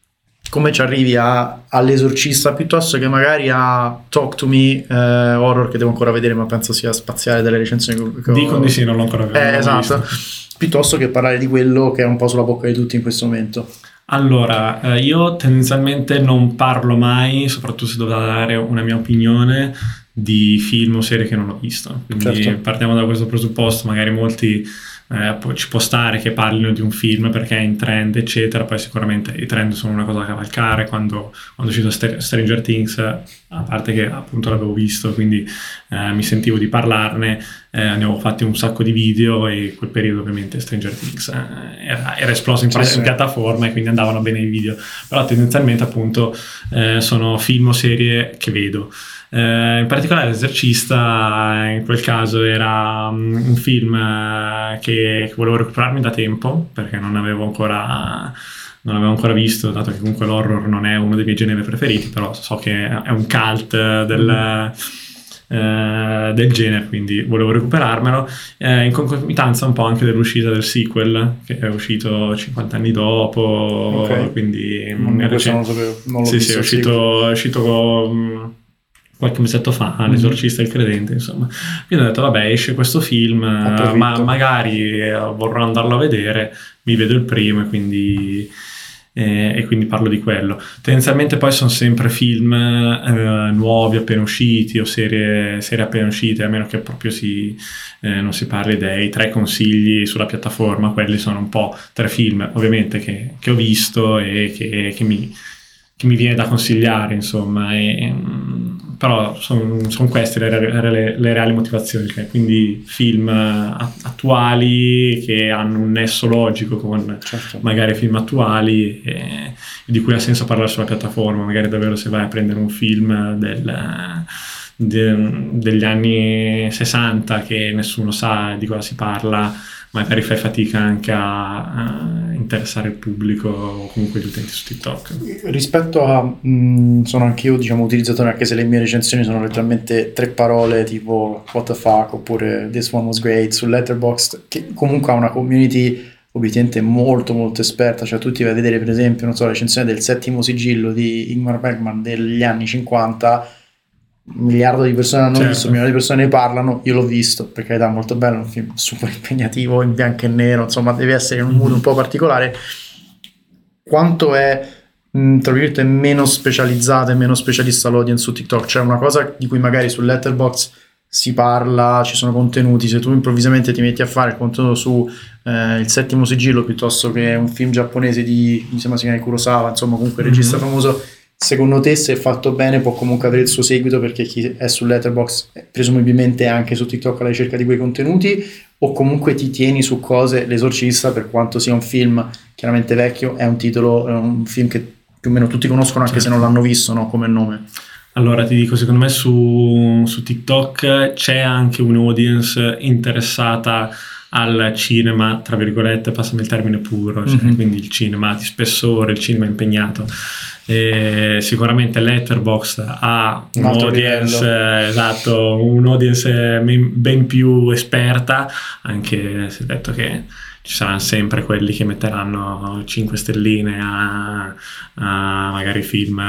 Come ci arrivi a, all'Esorcista piuttosto che magari a Talk to Me, eh, horror, che devo ancora vedere, ma penso sia spaziale delle recensioni che ho... Dicono di sì, non l'ho ancora visto. Eh, esatto. Piuttosto che parlare di quello che è un po' sulla bocca di tutti in questo momento. Allora, eh, io tendenzialmente non parlo mai, soprattutto se devo dare una mia opinione, di film o serie che non ho visto. Quindi certo. Partiamo da questo presupposto, magari molti eh, ci può stare che parlino di un film perché è in trend, eccetera. Poi sicuramente i trend sono una cosa da cavalcare. Quando, quando è uscito Stranger Things, a parte che appunto l'avevo visto, quindi eh, mi sentivo di parlarne, eh, ne avevo fatti un sacco di video, e quel periodo ovviamente Stranger Things eh, era, era esploso in, sì, sì. in piattaforma, e quindi andavano bene i video. Però tendenzialmente appunto eh, sono film o serie che vedo. Eh, in particolare L'Esorcista in quel caso era um, un film uh, che, che volevo recuperarmi da tempo, perché non avevo ancora non l'avevo ancora visto, dato che comunque l'horror non è uno dei miei generi preferiti, però so che è un cult del, eh, del genere, quindi volevo recuperarmelo, eh, in concomitanza un po' anche dell'uscita del sequel, che è uscito cinquanta anni dopo, okay. Quindi non, non, recen- non lo sapevo, non l'ho sì, visto. Sì, è uscito, è uscito con, qualche mesetto fa, mm-hmm. L'esorcista e il credente, insomma. Quindi ho detto, vabbè, esce questo film, ma magari vorrò andarlo a vedere, mi vedo il primo e quindi... e quindi parlo di quello. Tendenzialmente poi sono sempre film eh, nuovi appena usciti o serie, serie appena uscite, a meno che proprio si, eh, non si parli dei tre consigli sulla piattaforma. Quelli sono un po' tre film ovviamente che, che ho visto e che, che, mi, che mi viene da consigliare, insomma, e, però sono son queste le, le, le reali motivazioni, cioè, quindi film attuali che hanno un nesso logico con certo. Magari film attuali e, di cui ha senso parlare sulla piattaforma. Magari davvero se vai a prendere un film del, de, degli anni sessanta che nessuno sa di cosa si parla, magari fai fatica anche a, a interessare il pubblico o comunque gli utenti su TikTok. Rispetto a mh, sono anch'io diciamo utilizzatore, anche se le mie recensioni sono letteralmente tre parole tipo what the fuck oppure this one was great su Letterboxd, che comunque ha una community obiettivamente molto molto esperta. Cioè tu ti vai a vedere per esempio, non so, la recensione del Settimo Sigillo di Ingmar Bergman degli anni cinquanta, un miliardo di persone hanno certo. visto, un miliardo di persone ne parlano, io l'ho visto, per carità, molto bello, un film super impegnativo, in bianco e nero, insomma deve essere in un mood un po' particolare. Quanto è mh, tra virgolette meno specializzata e meno specialista l'audience su TikTok? C'è una cosa di cui magari su Letterboxd si parla, ci sono contenuti, se tu improvvisamente ti metti a fare il contenuto su eh, il Settimo Sigillo piuttosto che un film giapponese di, mi sembra si chiama Kurosawa, insomma comunque mm-hmm. regista famoso, secondo te se è fatto bene può comunque avere il suo seguito, perché chi è su Letterboxd presumibilmente è anche su TikTok alla ricerca di quei contenuti, o comunque ti tieni su cose? L'Esorcista, per quanto sia un film chiaramente vecchio, è un titolo, è un film che più o meno tutti conoscono anche certo. se non l'hanno visto, no? Come nome. Allora ti dico, secondo me su, su TikTok c'è anche un'audience interessata al cinema, tra virgolette, passami il termine puro, cioè, mm-hmm. quindi il cinema di spessore, il cinema impegnato. E sicuramente Letterboxd ha un un'audience eh, esatto, un'audience ben più esperta, anche se detto che ci saranno sempre quelli che metteranno cinque stelline a, a magari film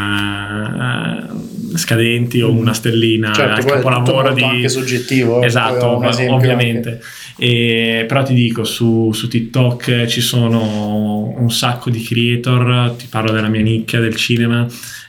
eh, scadenti o una stellina certo, al capolavoro di anche soggettivo esatto, ovviamente e, però ti dico su, su TikTok ci sono un sacco di creator, ti parlo della mia nicchia del cinema,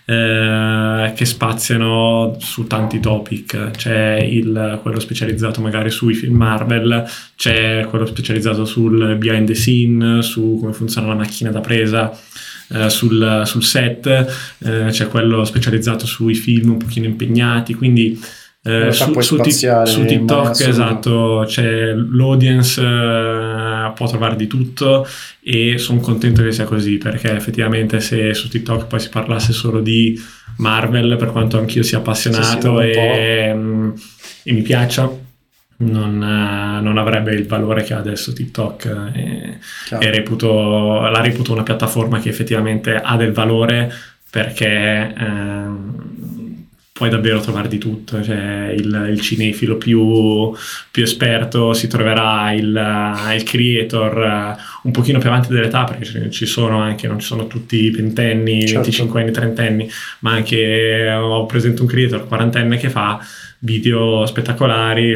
eh, che spaziano su tanti topic. C'è il, quello specializzato magari sui film Marvel, c'è quello specializzato sul behind the scene, su come funziona la macchina da presa eh, sul, sul set, eh, c'è quello specializzato sui film un pochino impegnati, quindi Eh, su, su, su TikTok esatto, c'è l'audience, eh, può trovare di tutto e sono contento che sia così, perché effettivamente se su TikTok poi si parlasse solo di Marvel, per quanto anch'io sia appassionato sì, sì, e, mh, e mi piaccia, non, eh, non avrebbe il valore che ha adesso TikTok e, e reputo, la reputo una piattaforma che effettivamente ha del valore, perché eh, puoi davvero trovare di tutto, cioè il, il cinefilo più, più esperto si troverà il, il creator un pochino più avanti dell'età, perché ci sono anche, non ci sono tutti ventenni, certo. venticinquenni, trentenni, ma anche ho presente un creator quarantenne che fa video spettacolari,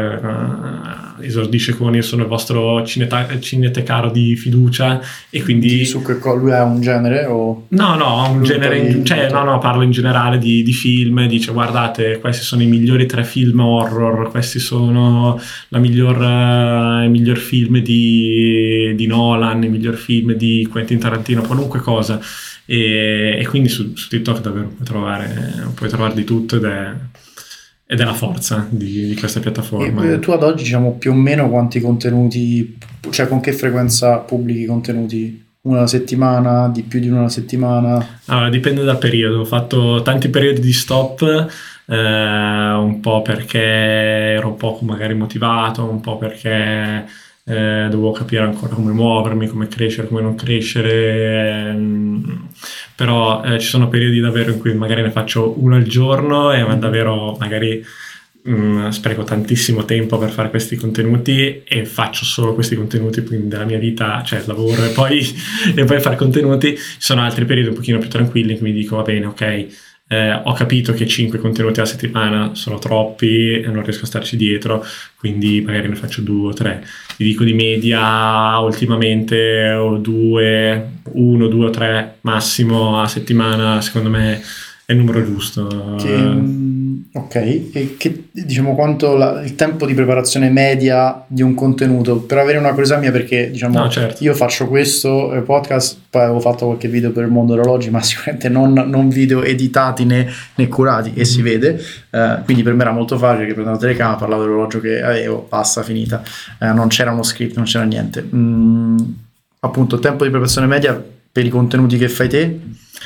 fa, uh, esordisce con io sono il vostro cineta- cinetecaro di fiducia, e quindi su che lui ha un genere o no no un genere in, cioè no no parlo in generale di, di film, dice guardate questi sono i migliori tre film horror, questi sono la miglior uh, il miglior film di, di Nolan, il miglior film di Quentin Tarantino, qualunque cosa, e, e quindi su, su TikTok davvero puoi trovare puoi trovare di tutto, ed è ed è la forza di, di questa piattaforma. E tu ad oggi diciamo più o meno quanti contenuti, cioè con che frequenza pubblichi contenuti? Una alla settimana, di più di una alla settimana? Allora, dipende dal periodo, ho fatto tanti periodi di stop, eh, un po' perché ero poco magari motivato, un po' perché eh, dovevo capire ancora come muovermi, come crescere, come non crescere, ehm, però eh, ci sono periodi davvero in cui magari ne faccio uno al giorno e davvero magari mh, spreco tantissimo tempo per fare questi contenuti e faccio solo questi contenuti, quindi della mia vita, cioè lavoro e poi, e poi fare contenuti. Ci sono altri periodi un pochino più tranquilli in cui mi dico va bene, ok, Eh, ho capito che cinque contenuti alla settimana sono troppi e non riesco a starci dietro, quindi magari ne faccio due o tre. Ti dico di media ultimamente o due, uno, due o tre massimo a settimana, secondo me è il numero giusto. Che, ok, e che diciamo quanto la, il tempo di preparazione media di un contenuto, per avere una curiosità mia, perché diciamo No, certo. io faccio questo eh, podcast, poi avevo fatto qualche video per il mondo orologi, ma sicuramente non, non video editati né, né curati, e mm-hmm. si vede, eh, quindi per me era molto facile che prendevo la telecamera, parlavo dell'orologio che avevo, basta, finita, eh, non c'era uno script, non c'era niente. Mm, appunto, tempo di preparazione media per i contenuti che fai te?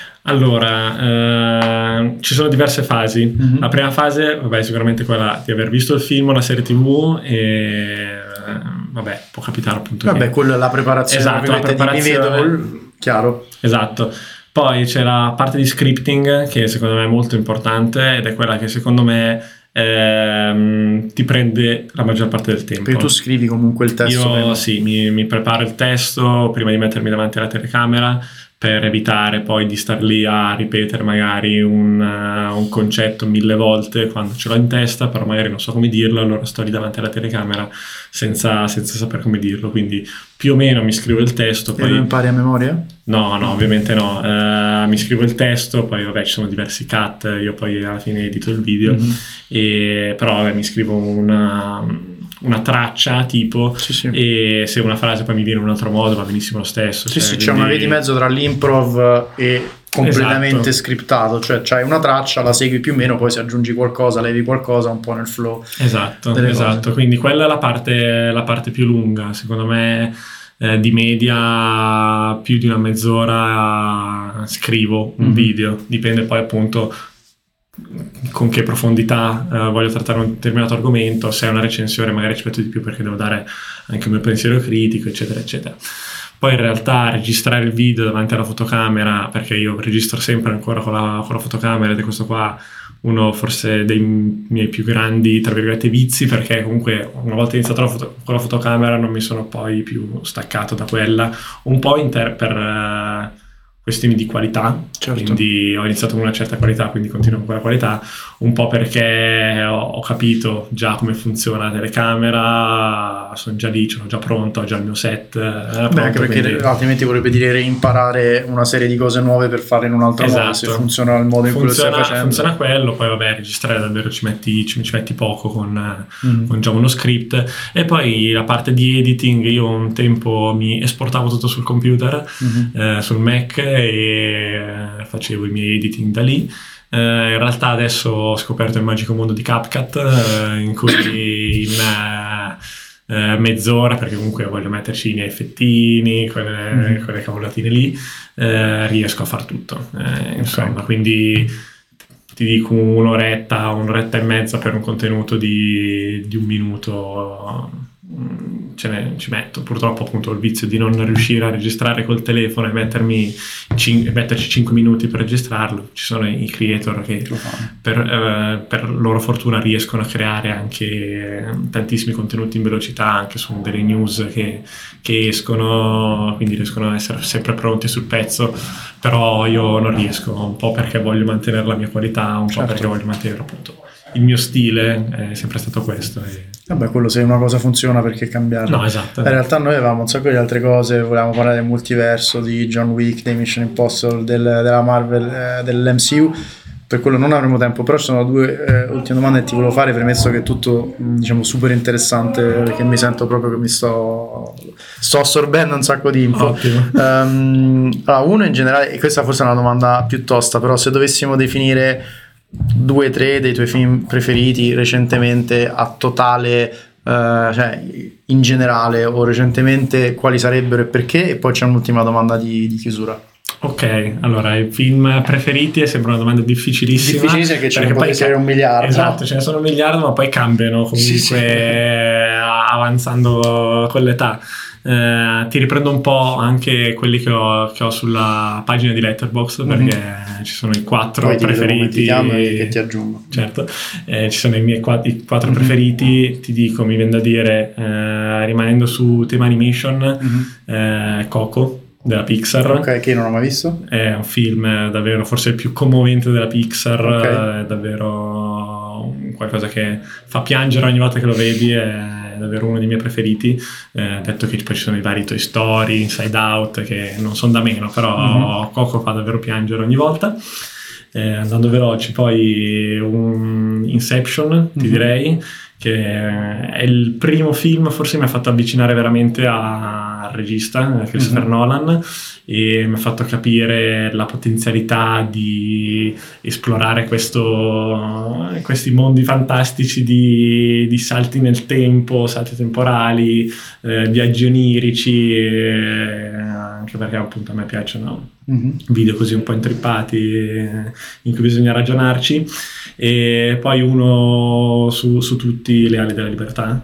Allora, eh, ci sono diverse fasi. Mm-hmm. La prima fase, vabbè, sicuramente quella di aver visto il film o la serie tivù e eh, vabbè, può capitare appunto. Vabbè, che... quella è la preparazione. Esatto, la preparazione. Mi vedo, chiaro. Esatto. Poi c'è la parte di scripting che secondo me è molto importante ed è quella che secondo me ehm, ti prende la maggior parte del tempo. Perché tu scrivi comunque il testo? Io prima. sì, mi, mi preparo il testo prima di mettermi davanti alla telecamera, per evitare poi di star lì a ripetere magari un, uh, un concetto mille volte quando ce l'ho in testa, però magari non so come dirlo, allora sto lì davanti alla telecamera senza, senza sapere come dirlo, quindi più o meno mi scrivo il testo. E poi... lo impari a memoria? No, no, ovviamente no, uh, mi scrivo il testo, poi vabbè ci sono diversi cut, io poi alla fine edito il video, mm-hmm. e, però vabbè, mi scrivo una... una traccia tipo sì, sì. e se una frase poi mi viene in un altro modo va benissimo lo stesso. Sì, cioè, sì, quindi... c'è una via di mezzo tra l'improv e completamente esatto. scriptato, cioè c'hai una traccia, la segui più o meno, poi se aggiungi qualcosa, levi qualcosa un po' nel flow. Esatto, esatto. Cose. Quindi quella è la parte, la parte più lunga, secondo me. Eh, di media più di una mezz'ora scrivo un mm-hmm. video, dipende poi appunto con che profondità uh, voglio trattare un determinato argomento. Se è una recensione magari ci metto di più perché devo dare anche il mio pensiero critico, eccetera eccetera. Poi in realtà registrare il video davanti alla fotocamera, perché io registro sempre ancora con la, con la fotocamera, ed è questo qua uno forse dei miei più grandi tra virgolette vizi, perché comunque una volta iniziato la foto, con la fotocamera non mi sono poi più staccato da quella, un po' inter- per uh, questioni di qualità, certo. Quindi ho iniziato con una certa qualità, quindi continuo con quella qualità, un po' perché ho, ho capito già come funziona la telecamera, sono già lì, ce l'ho già pronto, ho già il mio set. Beh, pronto, anche perché quindi... altrimenti vorrebbe dire reimparare una serie di cose nuove per farle in un altro esatto. modo, se funziona il modo in funziona, cui lo stai facendo. Funziona quello, poi vabbè, registrare davvero ci metti, ci, ci metti poco con, mm. con già uno script, e poi la parte di editing, io un tempo mi esportavo tutto sul computer, mm-hmm. eh, sul Mac, e facevo i miei editing da lì. Uh, in realtà adesso ho scoperto il magico mondo di CapCut, uh, in cui in uh, uh, mezz'ora, perché comunque voglio metterci i miei effettini, quelle, mm-hmm. quelle cavolatine lì, uh, riesco a far tutto, uh, insomma, okay. Quindi ti dico un'oretta, un'oretta e mezza per un contenuto di, di un minuto. Ce ne, ci metto. Purtroppo appunto ho il vizio di non riuscire a registrare col telefono e mettermi cin- metterci cinque minuti per registrarlo. Ci sono i creator che per, eh, per loro fortuna riescono a creare anche tantissimi contenuti in velocità, anche su delle news che, che escono, quindi riescono a essere sempre pronti sul pezzo, però io non riesco, un po' perché voglio mantenere la mia qualità, un certo. po' perché voglio mantenere appunto il mio stile, è sempre stato questo. E... Vabbè, quello se una cosa funziona perché cambiarla. No, esatto. In realtà noi avevamo un sacco di altre cose, volevamo parlare del multiverso, di John Wick, dei Mission Impossible, del, della Marvel, eh, dell'M C U, per quello non avremo tempo, però ci sono due eh, ultime domande che ti volevo fare, premesso che è tutto diciamo super interessante, perché mi sento proprio che mi sto sto assorbendo un sacco di info. Ottimo. Um, allora, uno in generale, e questa forse è una domanda più tosta, però se dovessimo definire due o tre dei tuoi film preferiti recentemente a totale, uh, cioè in generale o recentemente, quali sarebbero e perché? E poi c'è un'ultima domanda di, di chiusura. Ok, allora i film preferiti sembra una domanda difficilissima. Difficilissima che ce ne può essere un miliardo. Esatto, ce ne sono un miliardo, ma poi cambiano comunque sì, sì. avanzando con l'età. Eh, ti riprendo un po' anche quelli che ho, che ho sulla pagina di Letterboxd, perché mm-hmm. ci sono i quattro poi preferiti. Ti chiamo e che ti aggiungo. Certo, eh, ci sono i miei quattro, i quattro mm-hmm. preferiti. Ti dico, mi viene da dire, eh, rimanendo su tema animation, mm-hmm. eh, Coco della Pixar. Ok, che non ho mai visto. È un film davvero forse il più commovente della Pixar, okay. È davvero qualcosa che fa piangere ogni volta che lo vedi, è davvero uno dei miei preferiti, eh, detto che poi ci sono i vari Toy Story, Inside Out, che non sono da meno, però mm-hmm. Coco fa davvero piangere ogni volta. Eh, andando veloci, poi un Inception, ti mm-hmm. direi, che è il primo film forse mi ha fatto avvicinare veramente a, al regista Christopher mm-hmm. Nolan, e mi ha fatto capire la potenzialità di esplorare questo, questi mondi fantastici di, di salti nel tempo, salti temporali, eh, viaggi onirici, eh, anche perché appunto a me piacciono mm-hmm. video così un po' intrippati, eh, in cui bisogna ragionarci. E poi uno su, su tutti, Le ali della libertà,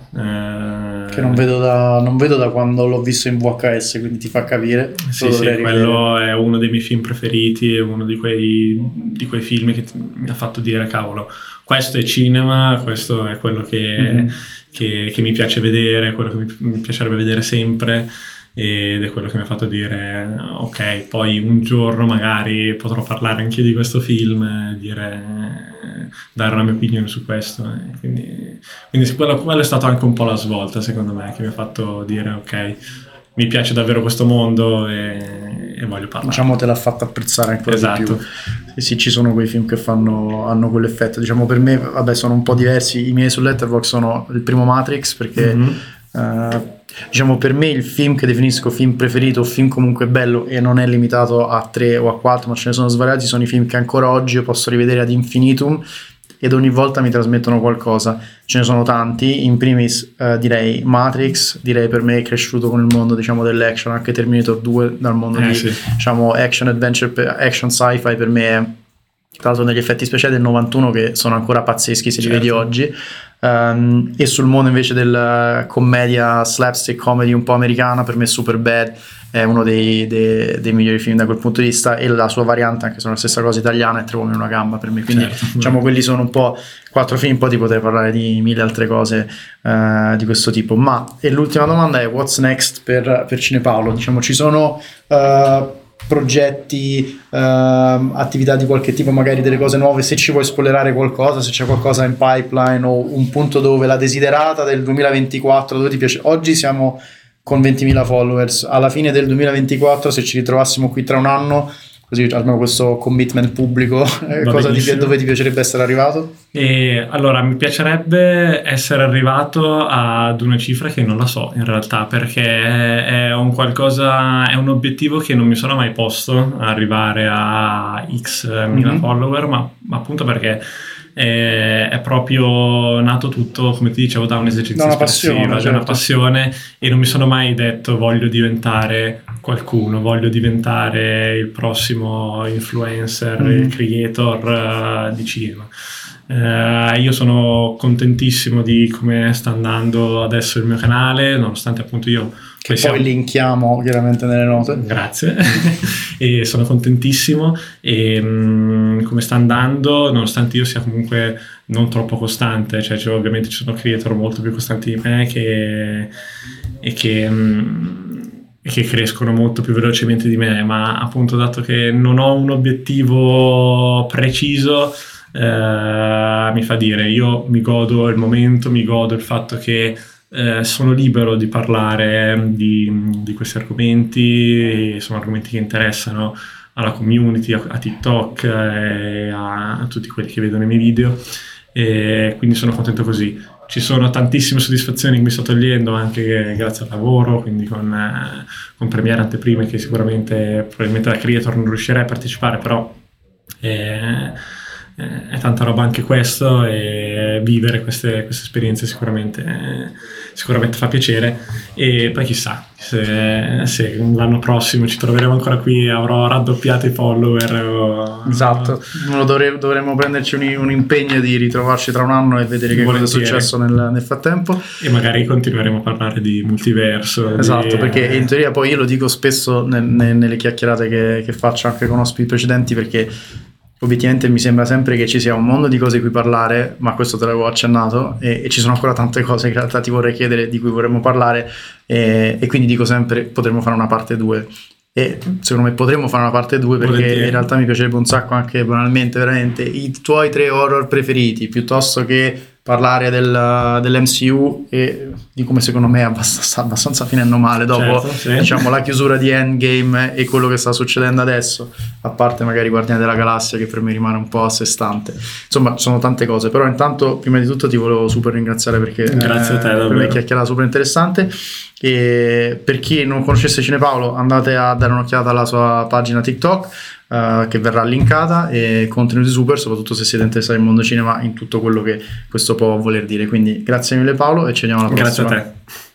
eh, che non vedo, da, non vedo da quando l'ho visto in V H S, quindi ti fa capire. Sì, sì, quello è uno dei miei film preferiti, è uno di quei, di quei film che mi ha fatto dire cavolo, questo è cinema, questo è quello che, mm-hmm. che, che mi piace vedere, quello che mi, mi piacerebbe vedere sempre, ed è quello che mi ha fatto dire ok, poi un giorno magari potrò parlare anche di questo film e dire, dare la mia opinione su questo, e quindi, quindi quello, quello è stato anche un po' la svolta secondo me, che mi ha fatto dire ok, mi piace davvero questo mondo e, e voglio parlare. Diciamo te l'ha fatto apprezzare ancora esatto. di più. Sì, sì, ci sono quei film che fanno, hanno quell'effetto. Diciamo per me, vabbè, sono un po' diversi. I miei su Letterboxd sono il primo Matrix, perché mm-hmm. uh, diciamo per me il film che definisco film preferito o film comunque bello, e non è limitato a tre o a quattro, ma ce ne sono svariati, sono i film che ancora oggi io posso rivedere ad infinitum ed ogni volta mi trasmettono qualcosa. Ce ne sono tanti, in primis uh, direi Matrix, direi per me è cresciuto con il mondo, diciamo, dell'action, anche Terminator due dal mondo eh, di sì. diciamo action adventure, action sci-fi, per me è, tra l'altro, degli effetti speciali del novantuno che sono ancora pazzeschi se certo. li vedi oggi. Um, e sul mondo invece del commedia, slapstick comedy un po' americana, per me Superbad è uno dei, dei, dei migliori film da quel punto di vista, e la sua variante, anche se è la stessa cosa italiana, è Tre uomini e una gamba per me, quindi certo. diciamo quelli sono un po' quattro film, poi ti potrei parlare di mille altre cose uh, di questo tipo. Ma e l'ultima domanda è what's next per, per Cinepaolo? Diciamo ci sono uh, progetti, uh, attività di qualche tipo, magari delle cose nuove, se ci vuoi spoilerare qualcosa, se c'è qualcosa in pipeline o un punto dove la desiderata del duemilaventiquattro, dove ti piace. Oggi siamo con ventimila followers, alla fine del duemilaventiquattro, se ci ritrovassimo qui tra un anno, così almeno questo commitment pubblico, cosa ti, dove ti piacerebbe essere arrivato? E allora mi piacerebbe essere arrivato ad una cifra che non la so in realtà, perché è un qualcosa, è un obiettivo che non mi sono mai posto, arrivare a X mila mm-hmm. follower, ma, ma appunto perché è, è proprio nato tutto, come ti dicevo, da un'esercizio espressivo, da certo. una passione, e non mi sono mai detto voglio diventare qualcuno, voglio diventare il prossimo influencer, mm-hmm. il creator uh, di cinema. Uh, io sono contentissimo di come sta andando adesso il mio canale, nonostante appunto io che siamo... poi linkiamo chiaramente nelle note. Grazie. E sono contentissimo e um, come sta andando, nonostante io sia comunque non troppo costante, cioè, cioè ovviamente ci sono creator molto più costanti di me che e che um, e che crescono molto più velocemente di me, ma appunto dato che non ho un obiettivo preciso, eh, mi fa dire, io mi godo il momento, mi godo il fatto che eh, sono libero di parlare di, di questi argomenti, sono argomenti che interessano alla community, a, a TikTok e a, a tutti quelli che vedono i miei video, e quindi sono contento così. Ci sono tantissime soddisfazioni che mi sto togliendo anche grazie al lavoro, quindi con, eh, con premiere, anteprime che sicuramente probabilmente da creator non riuscirei a partecipare, però eh, eh, è tanta roba anche questo, e vivere queste, queste esperienze sicuramente, eh, sicuramente fa piacere. E poi chissà se, se l'anno prossimo ci troveremo ancora qui, avrò raddoppiato i follower o... Esatto, dovre- dovremmo prenderci un, un impegno di ritrovarci tra un anno e vedere che Volentieri. cosa è successo nel, nel frattempo, e magari continueremo a parlare di multiverso. esatto, di, perché eh, in teoria poi io lo dico spesso nel- nel- nelle chiacchierate che, che faccio anche con ospiti precedenti, perché obiettivamente mi sembra sempre che ci sia un mondo di cose di cui parlare, ma questo te l'avevo accennato, e, e ci sono ancora tante cose che in realtà ti vorrei chiedere, di cui vorremmo parlare, e, e quindi dico sempre potremmo fare una parte due, e secondo me potremmo fare una parte due, perché Volentieri. in realtà mi piacerebbe un sacco, anche banalmente, veramente i tuoi tre horror preferiti, piuttosto che parlare del, dell'M C U e di come secondo me è abbastanza, abbastanza finendo male dopo, Certo, sì. diciamo, la chiusura di Endgame e quello che sta succedendo adesso, a parte magari Guardiani della Galassia, che per me rimane un po' a sé stante. Insomma, sono tante cose, però intanto prima di tutto ti volevo super ringraziare, perché Grazie a te, per me è davvero. chiacchierata super interessante. E per chi non conoscesse Cinepaolo, andate a dare un'occhiata alla sua pagina TikTok, eh, che verrà linkata, e contenuti super, soprattutto se siete interessati al mondo cinema, in tutto quello che questo può voler dire. Quindi grazie mille Paolo, e ci vediamo alla prossima. Grazie a te.